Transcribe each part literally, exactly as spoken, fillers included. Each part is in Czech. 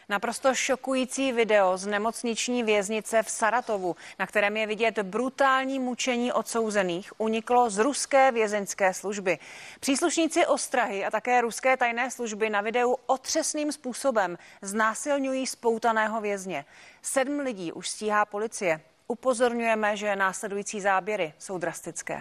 Naprosto šokující video z nemocniční věznice v Saratovu, na kterém je vidět brutální mučení odsouzených, uniklo z ruské vězeňské služby. Příslušníci ostrahy a také ruské tajné služby na videu otřesným způsobem znásilňují spoutaného vězně. Sedm lidí už stíhá policie. Upozorňujeme, že následující záběry jsou drastické.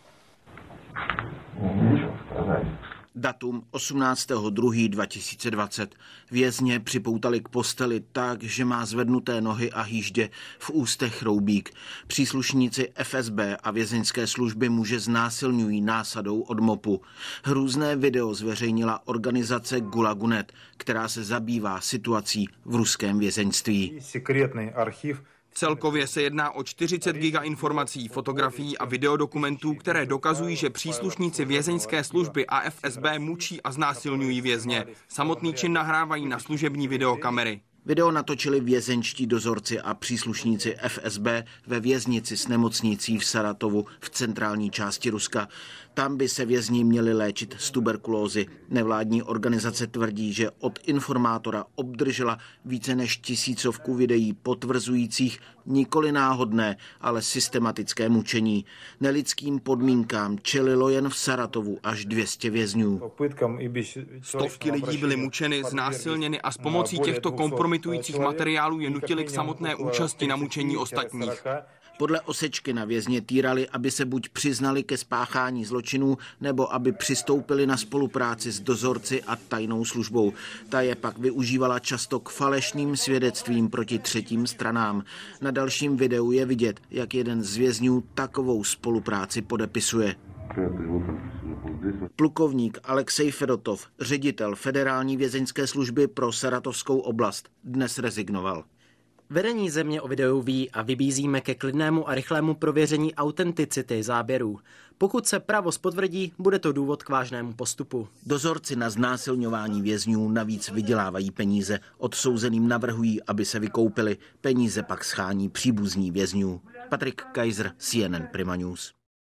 Datum osmnáctého druhého dva tisíce dvacet. Vězně připoutali k posteli tak, že má zvednuté nohy a hýždě, v ústech roubík. Příslušníci F S B a vězeňské služby muže znásilňují násadou od mopu. Hrůzné video zveřejnila organizace Gulagu tečka net, která se zabývá situací v ruském vězeňství. Sekretní archiv. Celkově se jedná o čtyřicet giga informací, fotografií a videodokumentů, které dokazují, že příslušníci vězeňské služby a F S B mučí a znásilňují vězně. Samotný čin nahrávají na služební videokamery. Video natočili vězeňští dozorci a příslušníci F S B ve věznici s nemocnicí v Saratovu v centrální části Ruska. Tam by se vězni měli léčit z tuberkulózy. Nevládní organizace tvrdí, že od informátora obdržela více než tisícovku videí potvrzujících nikoli náhodné, ale systematické mučení. Nelidským podmínkám čelilo jen v Saratovu až dvě stě vězňů. Stovky lidí byly mučeny, znásilněny a s pomocí těchto kompromitujících materiálů je nutili k samotné účasti na mučení ostatních. Podle Osečkina vězně týrali, aby se buď přiznali ke spáchání zločinů, nebo aby přistoupili na spolupráci s dozorci a tajnou službou. Ta je pak využívala často k falešným svědectvím proti třetím stranám. Na dalším videu je vidět, jak jeden z vězňů takovou spolupráci podepisuje. Plukovník Alexej Fedotov, ředitel Federální vězeňské služby pro Saratovskou oblast, dnes rezignoval. Vedení země o videu ví a vybízíme ke klidnému a rychlému prověření autenticity záběrů. Pokud se pravost potvrdí, bude to důvod k vážnému postupu. Dozorci na znásilňování vězňů navíc vydělávají peníze. Odsouzeným navrhují, aby se vykoupili. Peníze pak schání příbuzní vězňů. Patrik Kaiser, C N N Prima News.